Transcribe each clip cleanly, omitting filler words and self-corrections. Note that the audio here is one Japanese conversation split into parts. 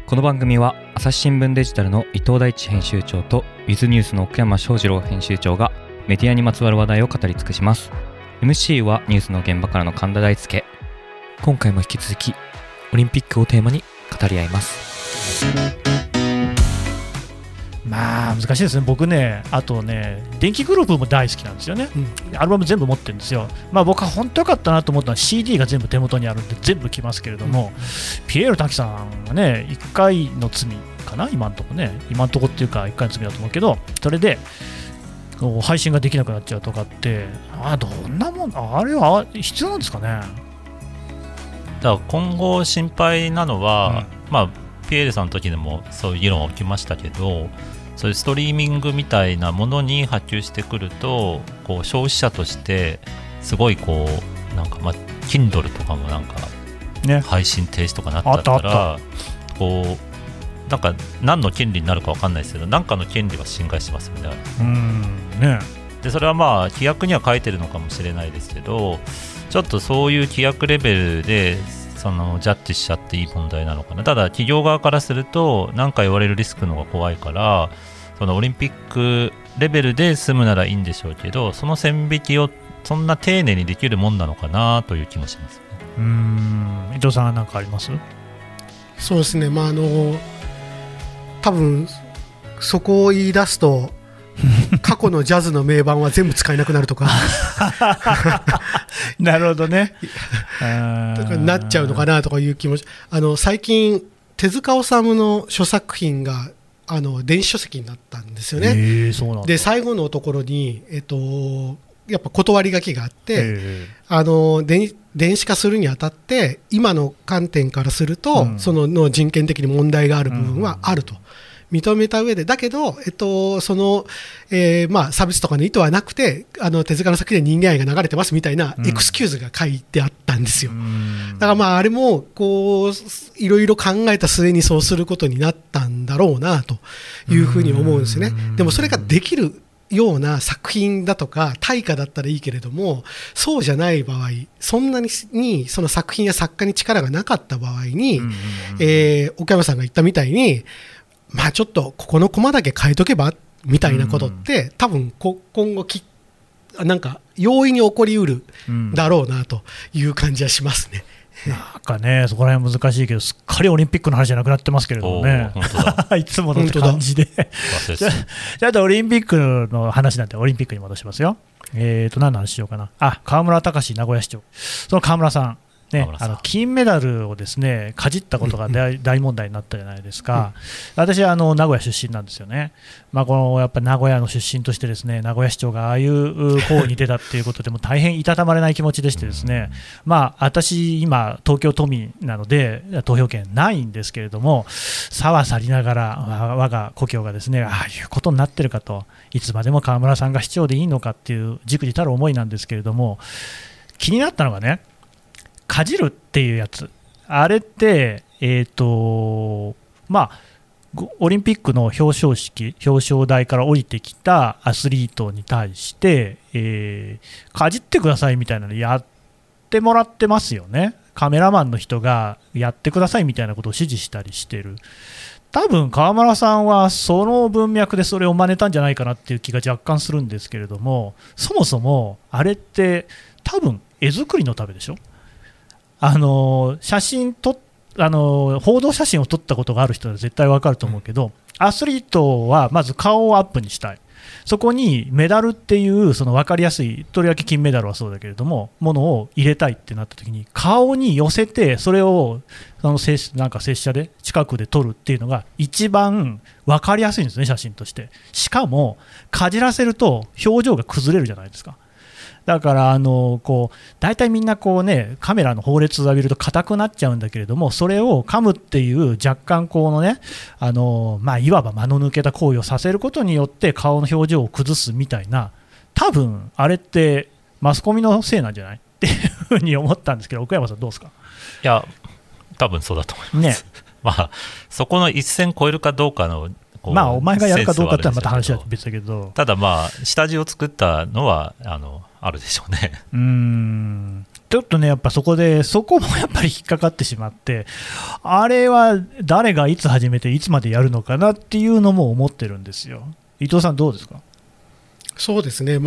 この番組は朝日新聞デジタルの伊藤大地編集長とウィズニュースの奥山翔二郎編集長がメディアにまつわる話題を語り尽くします。 MC はニュースの現場からの神田大輔。今回も引き続きオリンピックをテーマに語り合います。 まあ難しいですね。僕ね、あとね、電気グループも大好きなんですよね、アルバム全部持ってるんですよ。まあ僕は本当良かったなと思ったのは CD が全部手元にあるんで全部来ますけれども、ピエール滝さんがね、1回の罪かな、今のとこね、今のとこっていうか1回の罪だと思うけど、それで配信ができなくなっちゃうとかって、どんなもん、あれは必要なんですかね。 だから今後心配なのは、まあピエールさんの時でもそういう議論起きましたけど、そういうストリーミングみたいなものに波及してくると、こう消費者としてすごいこうなんか、Kindle とかもなんか配信停止とかなったら、こうなんか何の権利になるか分かんないですけど、何かの権利は侵害しますよね。でそれはまあ規約には書いてるのかもしれないですけど、ちょっとそういう規約レベルでそのジャッジしちゃっていい問題なのかな。ただ企業側からすると何か言われるリスクの方が怖いから、そのオリンピックレベルで済むならいいんでしょうけど、その線引きをそんな丁寧にできるもんなのかなという気もします。 伊藤さんは何かあります？ そうですね、多分そこを言い出すと過去のジャズの名盤は全部使えなくなるとかなるほどねとかなっちゃうのかなとかいう気持ち。最近手塚治虫の書作品が電子書籍になったんですよね。 そうなんだ。 で最後のところに、やっぱ断り書きがあって、電子化するにあたって今の観点からすると、その人権的に問題がある部分はあると認めた上で、だけど、その、差別とかの意図はなくて、手塚の作品で人間愛が流れてますみたいなエクスキューズが書いてあったんですよ。だからあれもこういろいろ考えた末にそうすることになったんだろうなというふうに思うんですね。でもそれができるような作品だとか対価だったらいいけれども、そうじゃない場合、そんなにその作品や作家に力がなかった場合に、岡山さんが言ったみたいに、ちょっとここのコマだけ変えとけばみたいなことって、多分今後なんか容易に起こりうるだろうなという感じはしますね。 なんかね、そこら辺難しいけど、すっかりオリンピックの話じゃなくなってますけれどもねいつもの感じでじゃあオリンピックの話なんて、オリンピックに戻しますよ。何の話しようかな。河村たかし名古屋市長、その河村さんね、金メダルをですねかじったことが大問題になったじゃないですか。私は名古屋出身なんですよね。このやっぱ名古屋の出身としてですね、名古屋市長がああいう行為に出たっていうことでも大変いたたまれない気持ちでしてですね、私今東京都民なので投票権ないんですけれども、さは去りながら我が故郷がですね、ああいうことになってるかと、いつまでも河村さんが市長でいいのかっていう忸怩たる思いなんですけれども、気になったのがね、かじるっていうやつ、あれってオリンピックの表彰式、表彰台から降りてきたアスリートに対して、かじってくださいみたいなのやってもらってますよね。カメラマンの人がやってくださいみたいなことを指示したりしてる。多分河村さんはその文脈でそれを真似たんじゃないかなっていう気が若干するんですけれども、そもそもあれって多分絵作りのためでしょ。写真報道写真を撮ったことがある人は絶対わかると思うけど、アスリートはまず顔をアップにしたい、そこにメダルっていうその分かりやすい、とりわけ金メダルはそうだけれどもものを入れたいってなった時に、顔に寄せてそれをなんか拙者で近くで撮るっていうのが一番分かりやすいんですね、写真として。しかもかじらせると表情が崩れるじゃないですか。だから大体みんなカメラの放熱を浴びると硬くなっちゃうんだけれども、それを噛むっていう若干いわば間の抜けた行為をさせることによって顔の表情を崩すみたいな、多分あれってマスコミのせいなんじゃないっていうふうに思ったんですけど、奥山さんどうですか？ いや多分そうだと思います、そこの一線超えるかどうかのお前がやるかどうかってまた話は別だけど、 ただ下地を作ったのはあるでしょうね。 ちょっとね、やっぱそこもやっぱり引っかかってしまって、あれは誰がいつ始めて、いつまでやるのかなっていうのも思ってるんですよ。伊藤さん、どうですか？ そうですね、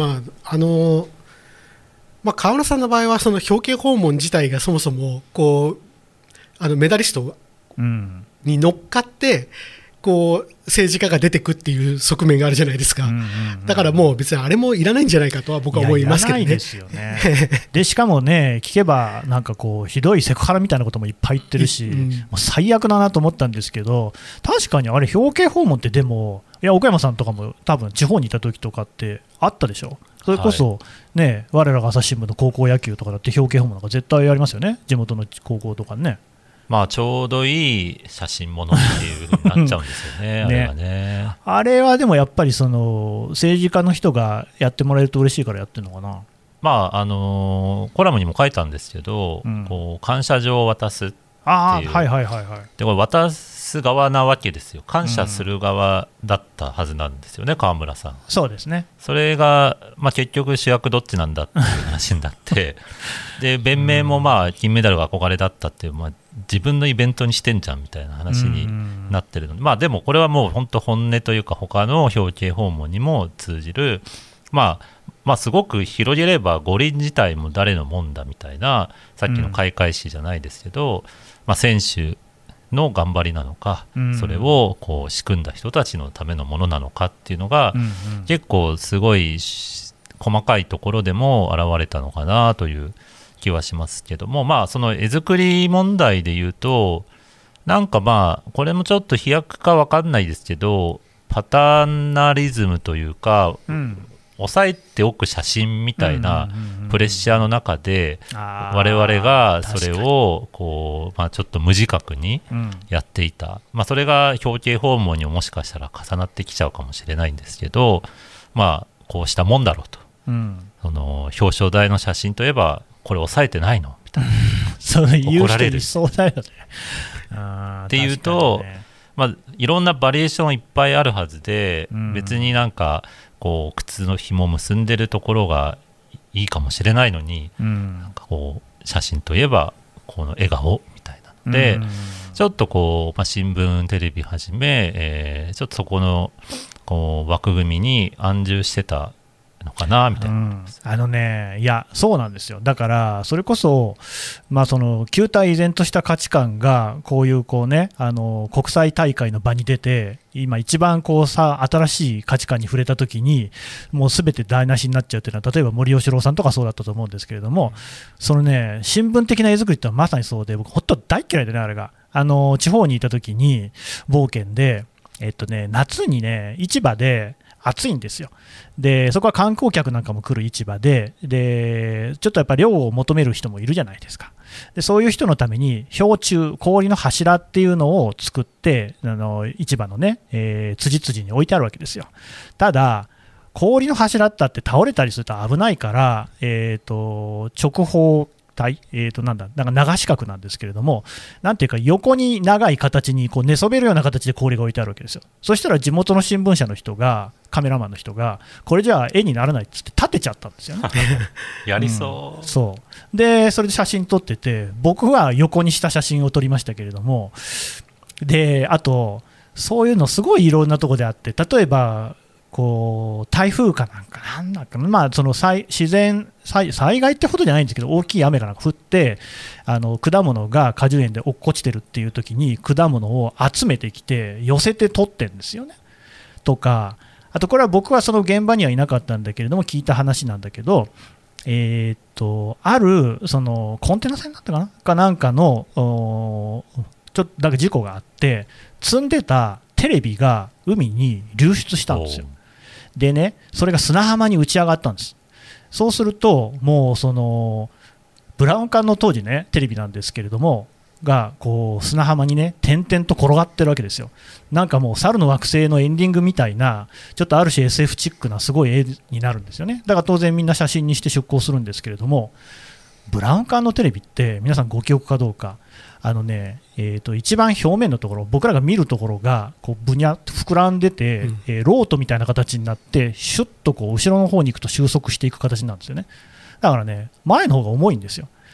川村さんの場合は、その表敬訪問自体がそもそもメダリストに乗っかって、政治家が出てくっていう側面があるじゃないですか。だからもう別にあれもいらないんじゃないかとは僕は思いますけどね。 いらないですよね。でしかもね、聞けばなんかひどいセクハラみたいなこともいっぱい言ってるし、もう最悪だなと思ったんですけど、確かにあれ表敬訪問ってでも奥山さんとかも多分地方にいた時とかってあったでしょ。それこそね、我らが朝日新聞の高校野球とかだって表敬訪問なんか絶対ありますよね。地元の高校とかね。 ちょうどいい写真ものっていう風になっちゃうんですよね、あれはね。 あれはでもやっぱり政治家の人がやってもらえると嬉しいからやってるのかな。 コラムにも書いたんですけど、感謝状を渡すっていう、でこれ渡す側なわけですよ。感謝する側だったはずなんですよね、川村さん。 そうですね。 それが、結局主役どっちなんだっていう話になってで弁明も金メダルが憧れだったっていう、自分のイベントにしてんじゃんみたいな話になってるので、でもこれはもう本当本音というか他の表敬訪問にも通じる、すごく広げれば五輪自体も誰のもんだみたいな、さっきの開会式じゃないですけど、選手の頑張りなのか、それを仕組んだ人たちのためのものなのかっていうのが、結構すごい細かいところでも現れたのかなという気はしますけども、その絵作り問題でいうと、なんかこれもちょっと飛躍か分かんないですけど、パターナリズムというか、抑えておく写真みたいなプレッシャーの中で、我々がそれをちょっと無自覚にやっていた、それが表敬訪問にももしかしたら重なってきちゃうかもしれないんですけど、こうしたもんだろうと、その表彰台の写真といえばこれ抑えてないのみたいなそう怒られるそうだよねっていうと、いろんなバリエーションいっぱいあるはずで、別になんか靴の紐結んでるところがいいかもしれないのに、なんか写真といえばこの笑顔みたいなので、ちょっと新聞テレビはじめ、ちょっとそこの枠組みに安住してたのかなみたいな、 いやそうなんですよ。だからそれこそ、その旧態依然とした価値観がこういう国際大会の場に出て、今一番新しい価値観に触れたときにもうすべて台無しになっちゃうというのは、例えば森喜朗さんとかそうだったと思うんですけれども、そのね、新聞的な絵作りってのはまさにそうで、僕本当大嫌いでね、あれが地方にいたときに冒険で、夏にね市場で暑いんですよ。でそこは観光客なんかも来る市場で、ちょっとやっぱり量を求める人もいるじゃないですか。でそういう人のために氷柱、氷の柱っていうのを作って市場のね、辻々に置いてあるわけですよ。ただ氷の柱ったって倒れたりすると危ないから、直方なんか長四角なんですけれども、なんていうか横に長い形に寝そべるような形で氷が置いてあるわけですよ。そしたら地元の新聞社の人が、カメラマンの人が、これじゃあ絵にならないっつって立てちゃったんですよねやりそう、 そうでそれで写真撮ってて、僕は横にした写真を撮りましたけれども、であとそういうのすごいいろんなところであって、例えば台風かなんか、その自然災害ってほどじゃないんですけど、大きい雨が降って果物が果樹園で落っこちてるっていう時に果物を集めてきて寄せて取ってるんですよね。とか、あとこれは僕はその現場にはいなかったんだけれども聞いた話なんだけど、あるそのコンテナ船だったかなんかのちょっとなんか事故があって、積んでたテレビが海に流出したんですよ。でね、それが砂浜に打ち上がったんです。そうするともうそのブラウン管の当時ねテレビなんですけれどもが砂浜にね点々と転がってるわけですよ。なんかもう猿の惑星のエンディングみたいな、ちょっとある種 SF チックなすごい絵になるんですよね。だから当然みんな写真にして出航するんですけれども、ブラウン管のテレビって皆さんご記憶かどうか、一番表面のところ、僕らが見るところがぶにゃっと膨らんでて、ロートみたいな形になってシュッと後ろの方に行くと収束していく形なんですよね。だからね前の方が重いんですよ。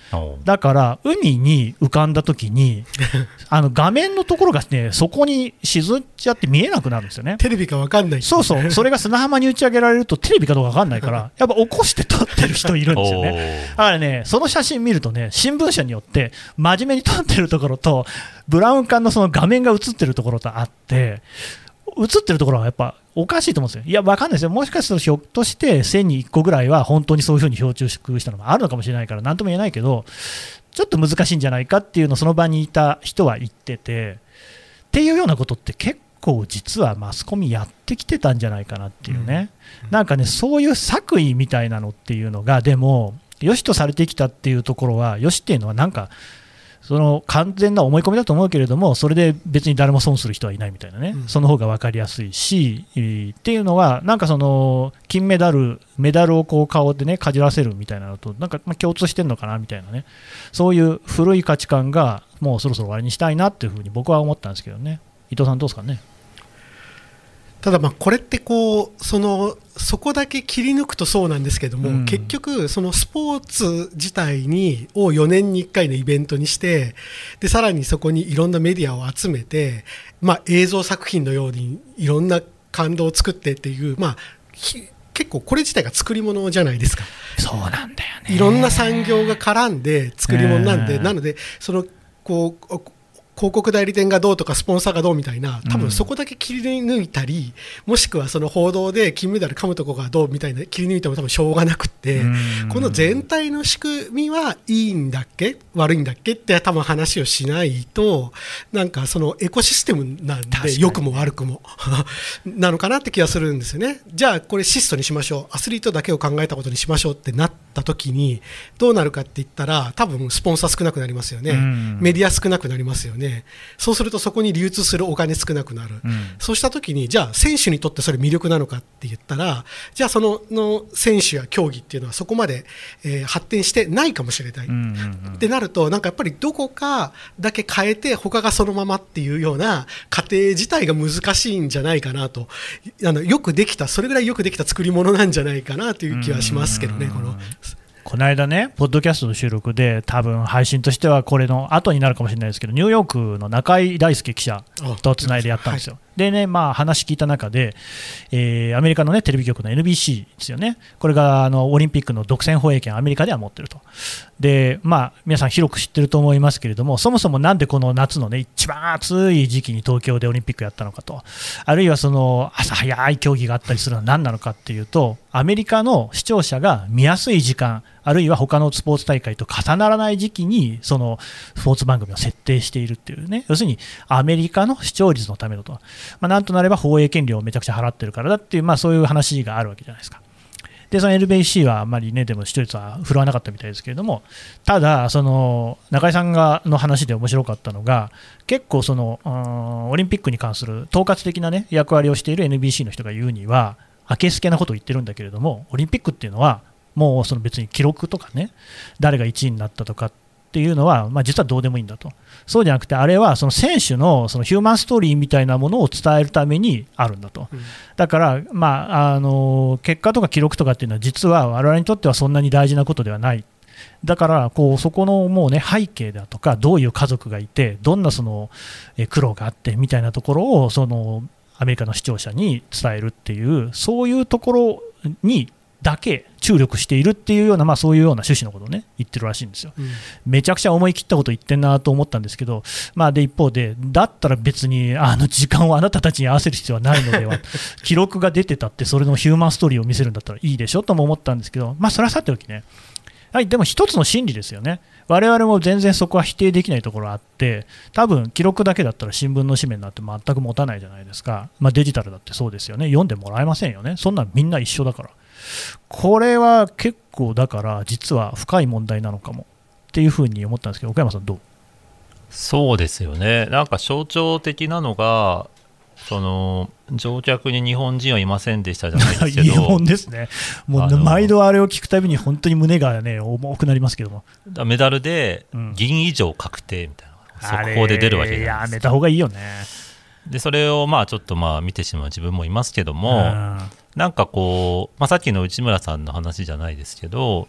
だから海に浮かんだ時に画面のところがね、そこに沈んじゃって見えなくなるんですよね。 テレビか分かんない。 そうそう、それが砂浜に打ち上げられるとテレビかどうか分かんないからやっぱ起こして撮ってる人いるんですよね。だからね、その写真見るとね、新聞社によって真面目に撮ってるところとブラウン管のその画面が映ってるところとあって、映ってるところはやっぱおかしいと思うんですよ。いや、分かんないですよ。もしかするとひょっとして1000に1個ぐらいは本当にそういうふうに標注したのがあるのかもしれないから何とも言えないけど、ちょっと難しいんじゃないかっていうのをその場にいた人は言ってて、っていうようなことって結構実はマスコミやってきてたんじゃないかなっていうね、なんかね、そういう作為みたいなのっていうのがでも良しとされてきたっていうところは、良しっていうのはなんかその完全な思い込みだと思うけれども、それで別に誰も損する人はいないみたいなね、その方が分かりやすいし、っていうのはなんかその金メダルをこう顔でねかじらせるみたいなのとなんか共通してるのかなみたいなね、そういう古い価値観がもうそろそろ終わりにしたいなっていうふうに僕は思ったんですけどね。伊藤さんどうですかね。 ただこれってそこだけ切り抜くとそうなんですけども、結局そのスポーツ自体を4年に1回のイベントにして、でさらにそこにいろんなメディアを集めて、映像作品のようにいろんな感動を作ってっていう、結構これ自体が作り物じゃないですか。 そうなんだよね。 いろんな産業が絡んで作り物なんで、なので広告代理店がどうとかスポンサーがどうみたいな、多分そこだけ切り抜いたり、もしくはその報道で金メダル噛むとこがどうみたいな切り抜いても多分しょうがなくって、この全体の仕組みはいいんだっけ悪いんだっけって多分話をしないと、なんかそのエコシステムなんで良くも悪くもなのかなって気がするんですよね。じゃあこれ質素にしましょう、アスリートだけを考えたことにしましょうってなった時にどうなるかって言ったら、多分スポンサー少なくなりますよね。メディア少なくなりますよね。そうするとそこに流通するお金少なくなる、そうしたときにじゃあ選手にとってそれ魅力なのかって言ったら、じゃあその選手や競技っていうのはそこまで、発展してないかもしれない、ってなると、なんかやっぱりどこかだけ変えて他がそのままっていうような過程自体が難しいんじゃないかなと、よくできた、それぐらいよくできた作り物なんじゃないかなという気はしますけどね。 この間ね、ポッドキャストの収録で、多分配信としてはこれの後になるかもしれないですけど、ニューヨークの中井大輔記者とつないでやったんですよ。でね、話聞いた中で、アメリカの、ね、テレビ局の NBC ですよね、これがオリンピックの独占放映権、アメリカでは持ってると。で、皆さん広く知ってると思いますけれども、そもそもなんでこの夏の、ね、一番暑い時期に東京でオリンピックやったのかと、あるいはその朝早い競技があったりするのは何なのかっていうと、アメリカの視聴者が見やすい時間、あるいは他のスポーツ大会と重ならない時期にそのスポーツ番組を設定しているっていうね、要するにアメリカの視聴率のためだと、なんとなれば放映権料をめちゃくちゃ払ってるからだっていう、そういう話があるわけじゃないですか。でその NBC はあんまりね、でも視聴率は振るわなかったみたいですけれども、ただその中井さんの話で面白かったのが、結構そのオリンピックに関する統括的な、ね、役割をしている NBC の人が言うには、あけすけなことを言ってるんだけれども、オリンピックっていうのはもうその別に記録とかね、誰が1位になったとかっていうのは、実はどうでもいいんだと。そうじゃなくて、あれはその選手のそのヒューマンストーリーみたいなものを伝えるためにあるんだと。だから、結果とか記録とかっていうのは実は我々にとってはそんなに大事なことではない。だからそこのもう、ね、背景だとか、どういう家族がいて、どんなその苦労があってみたいなところをそのアメリカの視聴者に伝えるっていう、そういうところにだけ注力しているっていうような、そういうような趣旨のことを、ね、言ってるらしいんですよ。めちゃくちゃ思い切ったこと言ってんなと思ったんですけど、で一方で、だったら別に時間をあなたたちに合わせる必要はないのでは記録が出てたってそれのヒューマンストーリーを見せるんだったらいいでしょとも思ったんですけど、それはさておきね、でも一つの真理ですよね。我々も全然そこは否定できないところがあって、多分記録だけだったら新聞の紙面なんて全く持たないじゃないですか。デジタルだってそうですよね。読んでもらえませんよね。そんなみんな一緒だから。これは結構だから実は深い問題なのかもっていうふうに思ったんですけど、岡山さんどう？ そうですよね。なんか象徴的なのが、その乗客に日本人はいませんでしたじゃないですけど日本ですね。もう毎度あれを聞くたびに本当に胸が、ね、重くなりますけども、 メダルで銀以上確定みたいな、速報で出るわけじゃないですか。 やめた方がいいよね。 でそれをちょっと見てしまう自分もいますけども、なんかさっきの内村さんの話じゃないですけど、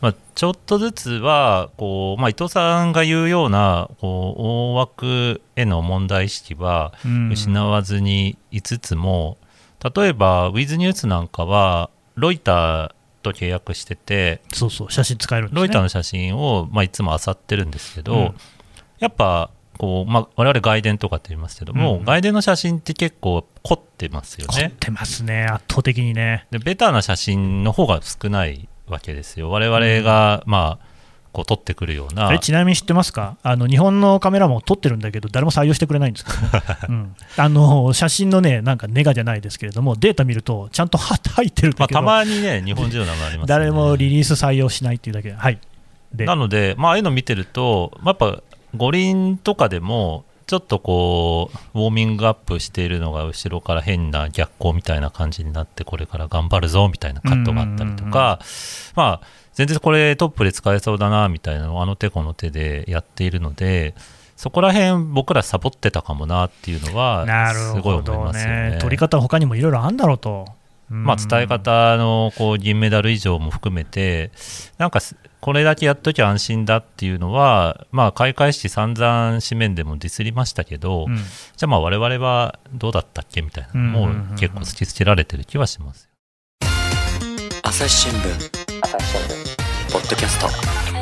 ちょっとずつはこう、伊藤さんが言うようなこう大枠への問題意識は失わずにいつつも、例えばウィズニュースなんかはロイターと契約してて、 そう写真使えるんですね。 ロイターの写真を、いつも漁ってるんですけど、やっぱこう、我々外伝とかって言いますけども、外伝の写真って結構凝ってますよね。 凝ってますね、圧倒的にね。 でベターな写真の方が少ないわけですよ。我々が、こう撮ってくるような。 ちなみに知ってますか、日本のカメラも撮ってるんだけど誰も採用してくれないんですけど、写真のね、なんかネガじゃないですけれども、データ見るとちゃんと入ってるんだけど、 たまにね日本人の名前ありますね。 誰もリリース採用しないっていうだけで、 なので、ああいうの見てると、やっぱ五輪とかでもちょっとこうウォーミングアップしているのが後ろから変な逆光みたいな感じになって、これから頑張るぞみたいなカットがあったりとか、全然これトップで使えそうだなみたいなのをあの手この手でやっているので、そこら辺僕らサボってたかもなっていうのはすごい思いますよね。 撮り方他にもいろいろあるんだろうと、 伝え方のこう銀メダル以上も含めて、なんかこれだけやっときゃ安心だっていうのは、開会式散々紙面でもディスりましたけど、じゃあ我々はどうだったっけみたいなのも結構突きつけられてる気はします。 朝日新聞ポッドキャスト、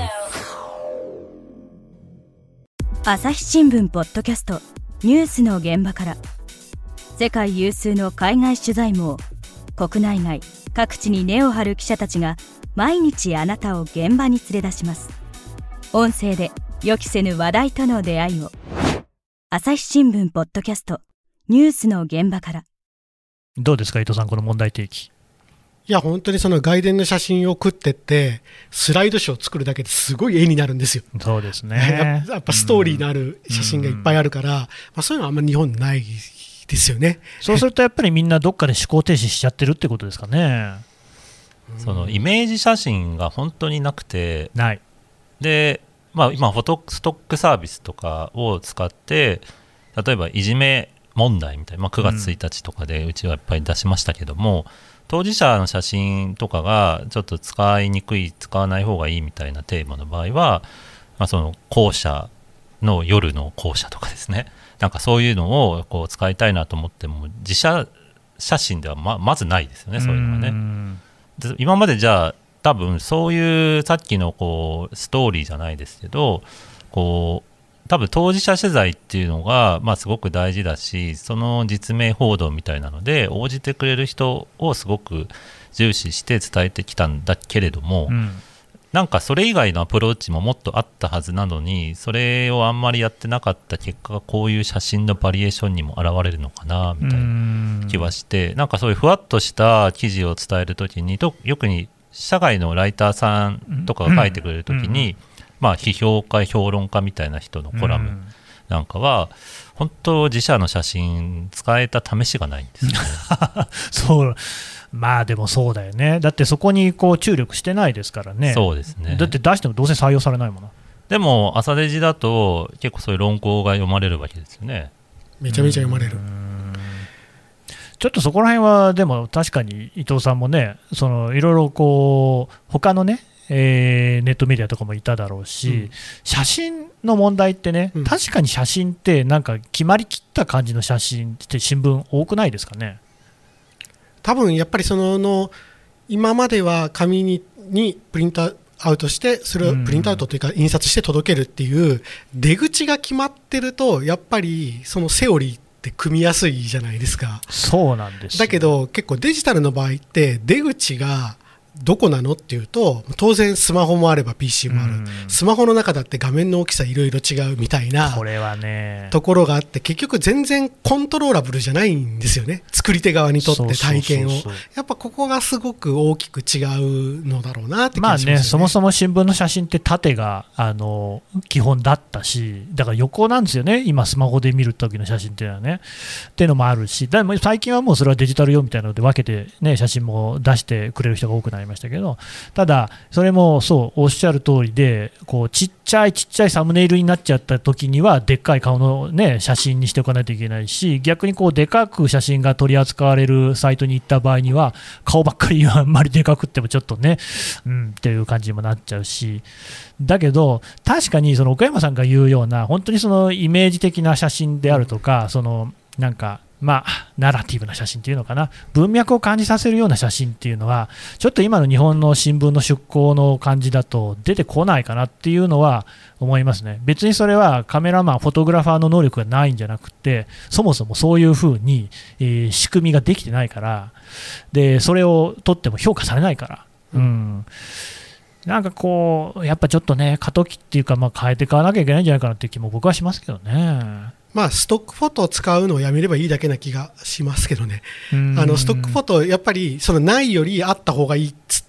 朝日新聞ポッドキャスト、ニュースの現場から、世界有数の海外取材網、国内外各地に根を張る記者たちが毎日あなたを現場に連れ出します。音声で予期せぬ話題との出会いを。朝日新聞ポッドキャスト、ニュースの現場から。 どうですか伊藤さん、この問題提起。 いや本当にその外伝の写真を食ってってスライド紙を作るだけですごい絵になるんですよ。 そうですねやっぱストーリーのある写真がいっぱいあるから、そういうのはあんまり日本ないですよね。 そうするとやっぱりみんなどっかで思考停止しちゃってるってことですかね。 そのイメージ写真が本当になくて、で、今フォトストックサービスとかを使って、例えばいじめ問題みたいな、9月1日とかでうちはやっぱり出しましたけども、当事者の写真とかがちょっと使いにくい、使わない方がいいみたいなテーマの場合は、その校舎の夜の校舎とかですね、なんかそういうのをこう使いたいなと思っても自社写真では まずないですよね、そういうのはね。で今までじゃあ多分そういうさっきのこうストーリーじゃないですけど、こう多分当事者取材っていうのがすごく大事だし、その実名報道みたいなので応じてくれる人をすごく重視して伝えてきたんだけれども、なんかそれ以外のアプローチももっとあったはずなのに、それをあんまりやってなかった結果がこういう写真のバリエーションにも現れるのかなみたいな気はして、なんかそういうふわっとした記事を伝えるときに、よくに社外のライターさんとかが書いてくれるときに、批評家評論家みたいな人のコラムなんかは本当自社の写真使えた試しがないんですよね。 そうでもそうだよね。だってそこにこう注力してないですからね。 そうですね。 だって出してもどうせ採用されないもの。 でも朝デジだと結構そういう論考が読まれるわけですよね。 めちゃめちゃ読まれる。 ちょっとそこら辺はでも確かに伊藤さんもね、いろいろこう他のね、ネットメディアとかもいただろうし、写真の問題ってね、確かに写真ってなんか決まりきった感じの写真って新聞多くないですかね。 多分やっぱり今までは紙にプリントアウトして、それをプリントアウトというか印刷して届けるっていう出口が決まってると、やっぱりそのセオリーって組みやすいじゃないですか。 そうなんですよ。 だけど結構デジタルの場合って出口がどこなのっていうと、当然スマホもあれば PC もある、スマホの中だって画面の大きさいろいろ違うみたいなこれはねところがあって、結局全然コントローラブルじゃないんですよね、作り手側にとって体験を。やっぱここがすごく大きく違うのだろうなって気がしますよね。 そもそも新聞の写真って縦が基本だったし、だから横なんですよね、今スマホで見る時の写真っていうのはね。っていうのもあるし、でも最近はもうそれはデジタル用みたいなので分けて、ね、写真も出してくれる人が多くななりましたけど、ただ、それもそうおっしゃる通りで、こうちっちゃいサムネイルになっちゃった時には、でっかい顔の、ね、写真にしておかないといけないし、逆にこうでかく写真が取り扱われるサイトに行った場合には、顔ばっかりあんまりでかくってもちょっとね、っていう感じにもなっちゃうし、だけど、確かにその岡山さんが言うような、本当にそのイメージ的な写真であるとか、そのなんか、ナラティブな写真っていうのかな、文脈を感じさせるような写真っていうのは、ちょっと今の日本の新聞の出稿の感じだと出てこないかなっていうのは思いますね。別にそれはカメラマン、フォトグラファーの能力がないんじゃなくて、そもそもそういうふうに、仕組みができてないから、でそれを撮っても評価されないから。なんかこう、やっぱちょっとね、過渡期っていうか、変えていかなきゃいけないんじゃないかなっていう気も僕はしますけどね。 ストックフォトを使うのをやめればいいだけな気がしますけどね。ストックフォト、やっぱりそのないよりあった方がいいっつって、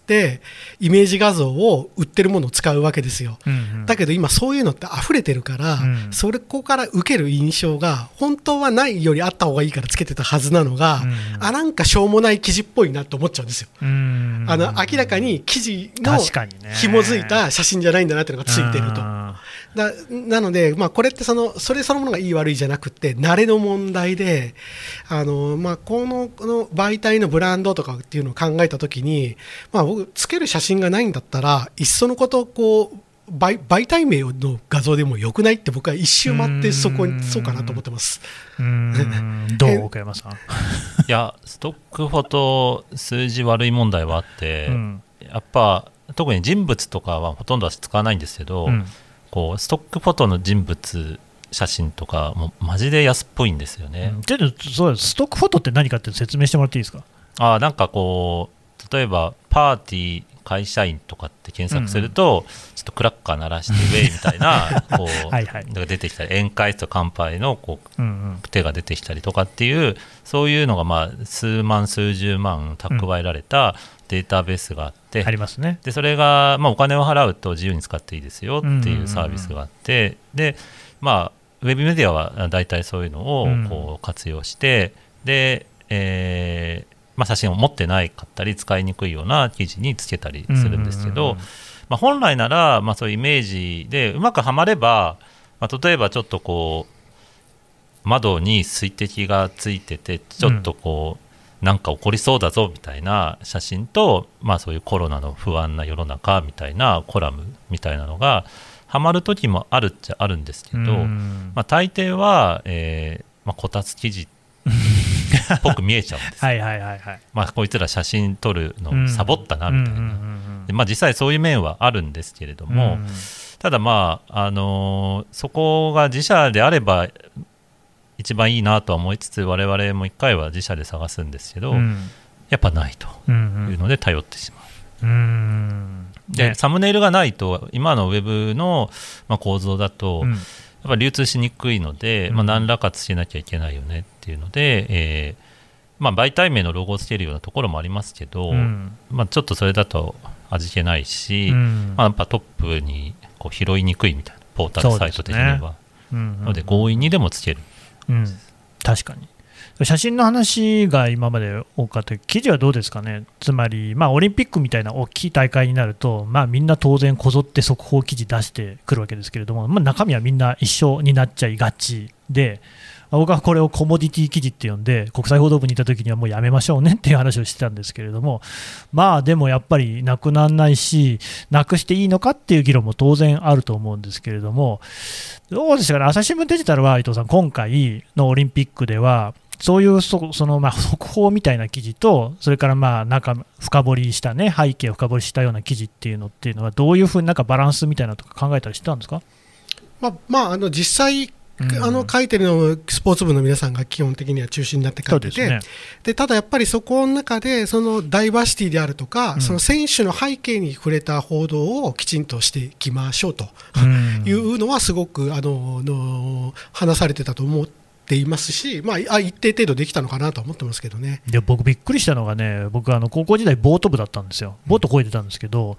イメージ画像を売ってるものを使うわけですよ。だけど今そういうのって溢れてるから、そこから受ける印象が、本当はないよりあった方がいいからつけてたはずなのが、なんかしょうもない記事っぽいなと思っちゃうんですよ。明らかに記事の紐づいた写真じゃないんだなっていうのがついてると。なので、これってそれそのものがいい悪いじゃなくて慣れの問題で、この媒体のブランドとかっていうのを考えたときに、僕つける写真がないんだったらいっそのことこう媒体名の画像でもよくないって僕は一周回ってそうかなと思ってます。 どう岡山さん。いやストックフォト数字悪い問題はあって、やっぱ特に人物とかはほとんどは使わないんですけど、こうストックフォトの人物写真とかもうマジで安っぽいんですよね。 そうストックフォトって何かって説明してもらっていいですか。 なんかこう例えばパーティー会社員とかって検索すると、ちょっとクラッカー鳴らしてウェイみたいなこう出てきたり、宴会と乾杯のこう、手が出てきたりとかっていう、そういうのが数万数十万蓄えられたデータベースがあって、 ありますね。 でそれが、お金を払うと自由に使っていいですよっていうサービスがあって、でウェブメディアは大体そういうのをこう活用して、で写真を持ってないかったり使いにくいような記事につけたりするんですけど、本来なら、そういうイメージでうまくはまれば、例えばちょっとこう窓に水滴がついててちょっとこう、なんか起こりそうだぞみたいな写真と、そういうコロナの不安な世の中みたいなコラムみたいなのがはまる時もあるっちゃあるんですけど、大抵は、こたつ記事っぽく見えちゃうんですこいつら写真撮るのサボったなみたいな、で実際そういう面はあるんですけれども、ただそこが自社であれば一番いいなとは思いつつ、我々も一回は自社で探すんですけど、やっぱないというので頼ってしまう。でサムネイルがないと今のウェブの構造だと、やっぱ流通しにくいので、何らかつけなきゃいけないよねっていうので、媒体名のロゴをつけるようなところもありますけど、ちょっとそれだと味気ないし、やっぱトップにこう拾いにくいみたいな、ポータルサイト的には、なので強引にでもつける、 確かに写真の話が今まで多かった。記事はどうですかね。つまり、オリンピックみたいな大きい大会になると、みんな当然こぞって速報記事出してくるわけですけれども、中身はみんな一緒になっちゃいがちで、僕はこれをコモディティ記事って呼んで、国際報道部にいた時にはもうやめましょうねっていう話をしてたんですけれども、でもやっぱりなくならないし、なくしていいのかっていう議論も当然あると思うんですけれども、どうでしたかね。朝日新聞デジタルは伊藤さん、今回のオリンピックではそういう速報みたいな記事と、それから中深掘りしたね、背景を深掘りしたような記事っていうのはどういうふうにバランスみたいなのとか考えたりしてたんですか。 実際書いてるのスポーツ部の皆さんが基本的には中心になって書いてて、でただやっぱりそこの中でそのダイバーシティであるとか、その選手の背景に触れた報道をきちんとしていきましょうというのはすごく話されてたと思っていますし、一定程度できたのかなと思ってますけどね。 で僕びっくりしたのがね、僕高校時代ボート部だったんですよ。ボート漕いでたんですけど、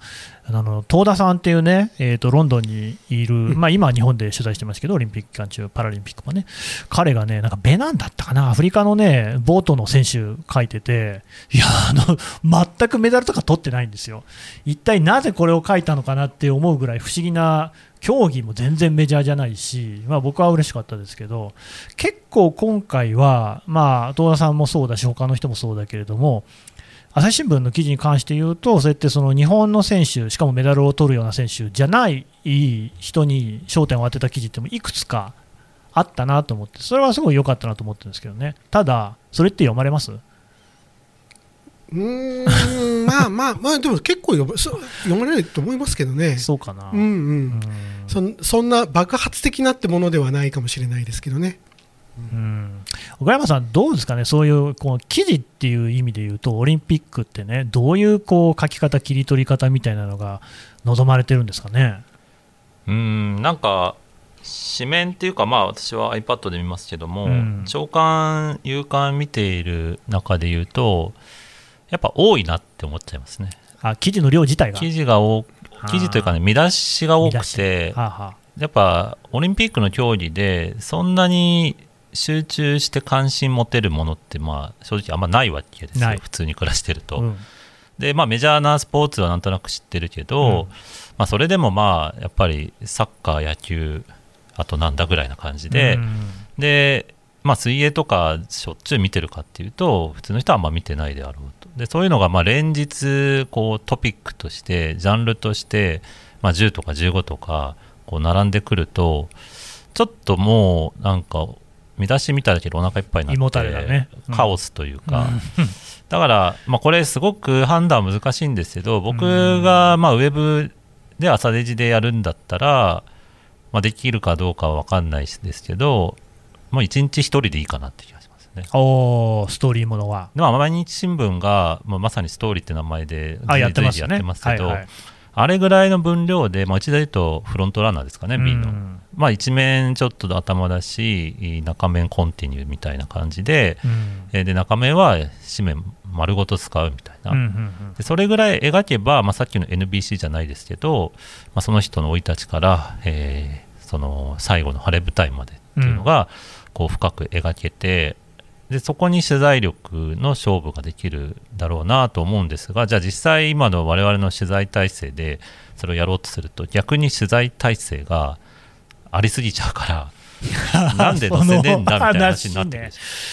東田さんっていうね、ロンドンにいる、今は日本で取材してますけど、オリンピック期間中、パラリンピックもね、彼がね、なんかベナンだったかな、アフリカのね、ボートの選手書いてて、いや、全くメダルとか取ってないんですよ。一体なぜこれを書いたのかなって思うぐらい不思議な、競技も全然メジャーじゃないし、僕は嬉しかったですけど、結構今回は、東田さんもそうだし、他の人もそうだけれども、朝日新聞の記事に関して言うと、そうやってその日本の選手、しかもメダルを取るような選手じゃない人に焦点を当てた記事ってもいくつかあったなと思って、それはすごい良かったなと思ってるんですけどね。ただ、それって読まれます？ でも結構読まれると思いますけどね。 そうかな。 そんな爆発的なってものではないかもしれないですけどね。 岡山さん、どうですかね、そういう記事っていう意味で言うと、オリンピックってね、どういう書き方、切り取り方みたいなのが望まれてるんですかね。 なんか紙面っていうか、私は iPad で見ますけども、朝刊、夕刊見ている中で言うと、やっぱ多いなって思っちゃいますね。 記事の量自体が。 記事というかね、見出しが多くて、やっぱオリンピックの競技でそんなに集中して関心持てるものって正直あんまないわけですよ、普通に暮らしてると。でメジャーなスポーツはなんとなく知ってるけど、それでもやっぱりサッカー、野球、あとなんだぐらいな感じで、水泳とかしょっちゅう見てるかっていうと、普通の人はあんま見てないであろうと。でそういうのが連日トピックとしてジャンルとして、10とか15とか並んでくると、ちょっともうなんか見出し見ただけでお腹いっぱいになって、胃もたれだね、カオスというか、だからこれすごく判断難しいんですけど、僕がウェブで朝デジでやるんだったら、できるかどうかは分かんないですけど、1日1人でいいかなって気がしますね。 ストーリーものは。 毎日新聞が、まさにストーリーって名前でやってますけど、あれぐらいの分量で、うちで言うとフロントランナーですかね、B の。一面ちょっと頭だし、中面コンティニューみたいな感じで、で中面は紙面丸ごと使うみたいな、でそれぐらい描けば、さっきの NBC じゃないですけど、その人の生い立ちから、その最後の晴れ舞台までっていうのが、深く描けて、でそこに取材力の勝負ができるだろうなと思うんですが、じゃあ実際今の我々の取材体制でそれをやろうとすると、逆に取材体制がありすぎちゃうからなんで載せねえんだみたいな話になってくる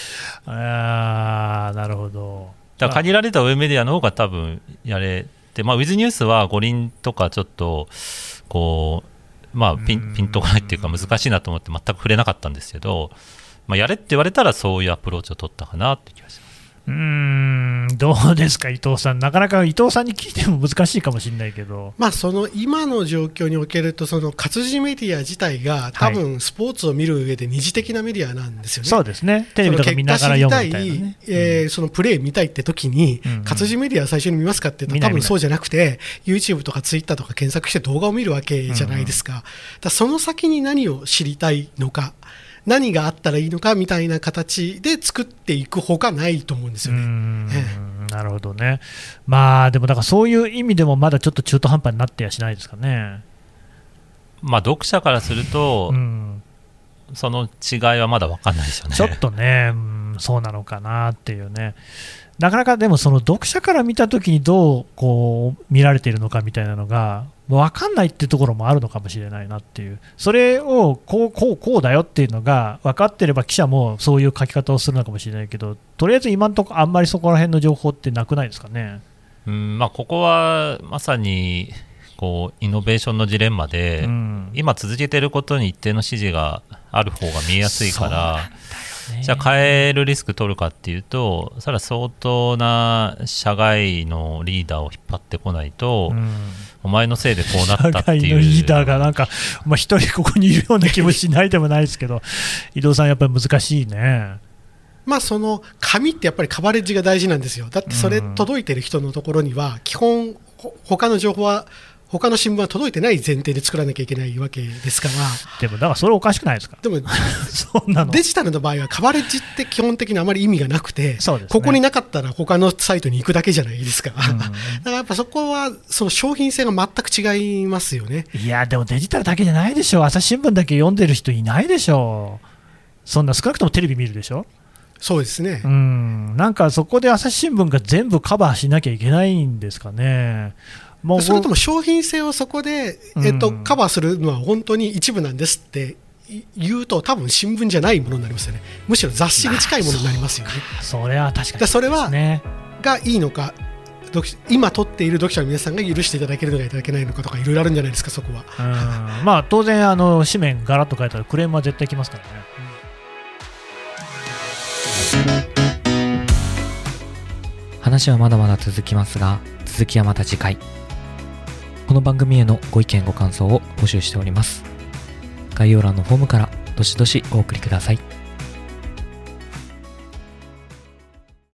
なるほど。 だから限られたウェブメディアの方が多分やれて、ウィズニュースは五輪とかちょっとピンとこないっていうか難しいなと思って全く触れなかったんですけど、やれって言われたらそういうアプローチを取ったかなって気がします。 どうですか、伊藤さん。なかなか伊藤さんに聞いても難しいかもしれないけど、 その今の状況におけると、その活字メディア自体が多分スポーツを見る上で二次的なメディアなんですよね。 そうですね。テレビとか見ながら読むみたいなね。 そのプレー見たいって時に、活字メディア最初に見ますかって言ったら多分そうじゃなくて、YouTube とか Twitter とか検索して動画を見るわけじゃないですか。その先に何を知りたいのか、何があったらいいのかみたいな形で作っていくほかないと思うんですよね。 なるほどね。でもだからそういう意味でもまだちょっと中途半端になってやしないですかね。 読者からすると、その違いはまだ分かんないですよね。 ちょっとね、そうなのかなっていうね。なかなかでもその読者から見たときにどう見られているのかみたいなのが分かんないっていうところもあるのかもしれないなっていう、それをこうだよっていうのが分かってれば記者もそういう書き方をするのかもしれないけど、とりあえず今のところあんまりそこら辺の情報ってなくないですかね。 ここはまさにイノベーションのジレンマで、今続けていることに一定の支持がある方が見えやすいから、じゃあ変えるリスク取るかっていうと、それは相当な社外のリーダーを引っ張ってこないと、お前のせいでこうなったっていう、社外のリーダーがなんか一人ここにいるような気もしないでもないですけど伊藤さん、やっぱり難しいね。 その紙ってやっぱりカバレッジが大事なんですよ。だってそれ届いてる人のところには基本他の情報は他の新聞は届いてない前提で作らなきゃいけないわけですから。 でもだからそれおかしくないですか。 でもそんなのデジタルの場合はカバレッジって基本的にあまり意味がなくて、 そうですね、 ここになかったら他のサイトに行くだけじゃないですか、だからやっぱそこはその商品性が全く違いますよね。 いやでもデジタルだけじゃないでしょ。朝日新聞だけ読んでる人いないでしょ。そんな少なくともテレビ見るでしょ。 そうですね。 なんかそこで朝日新聞が全部カバーしなきゃいけないんですかね。もうそれとも商品性をそこで、カバーするのは本当に一部なんですって言うと、多分新聞じゃないものになりますよね。むしろ雑誌に近いものになりますよね。 それは確かに、 それはがいいのか、今撮っている読者の皆さんが許していただけるのかいただけないのかとかいろいろあるんじゃないですか、そこは。 まあ当然紙面ガラッと変えたらクレームは絶対来ますからね。 話はまだまだ続きますが、続きはまた次回。この番組へのご意見ご感想を募集しております。概要欄のフォームからどしどしお送りください。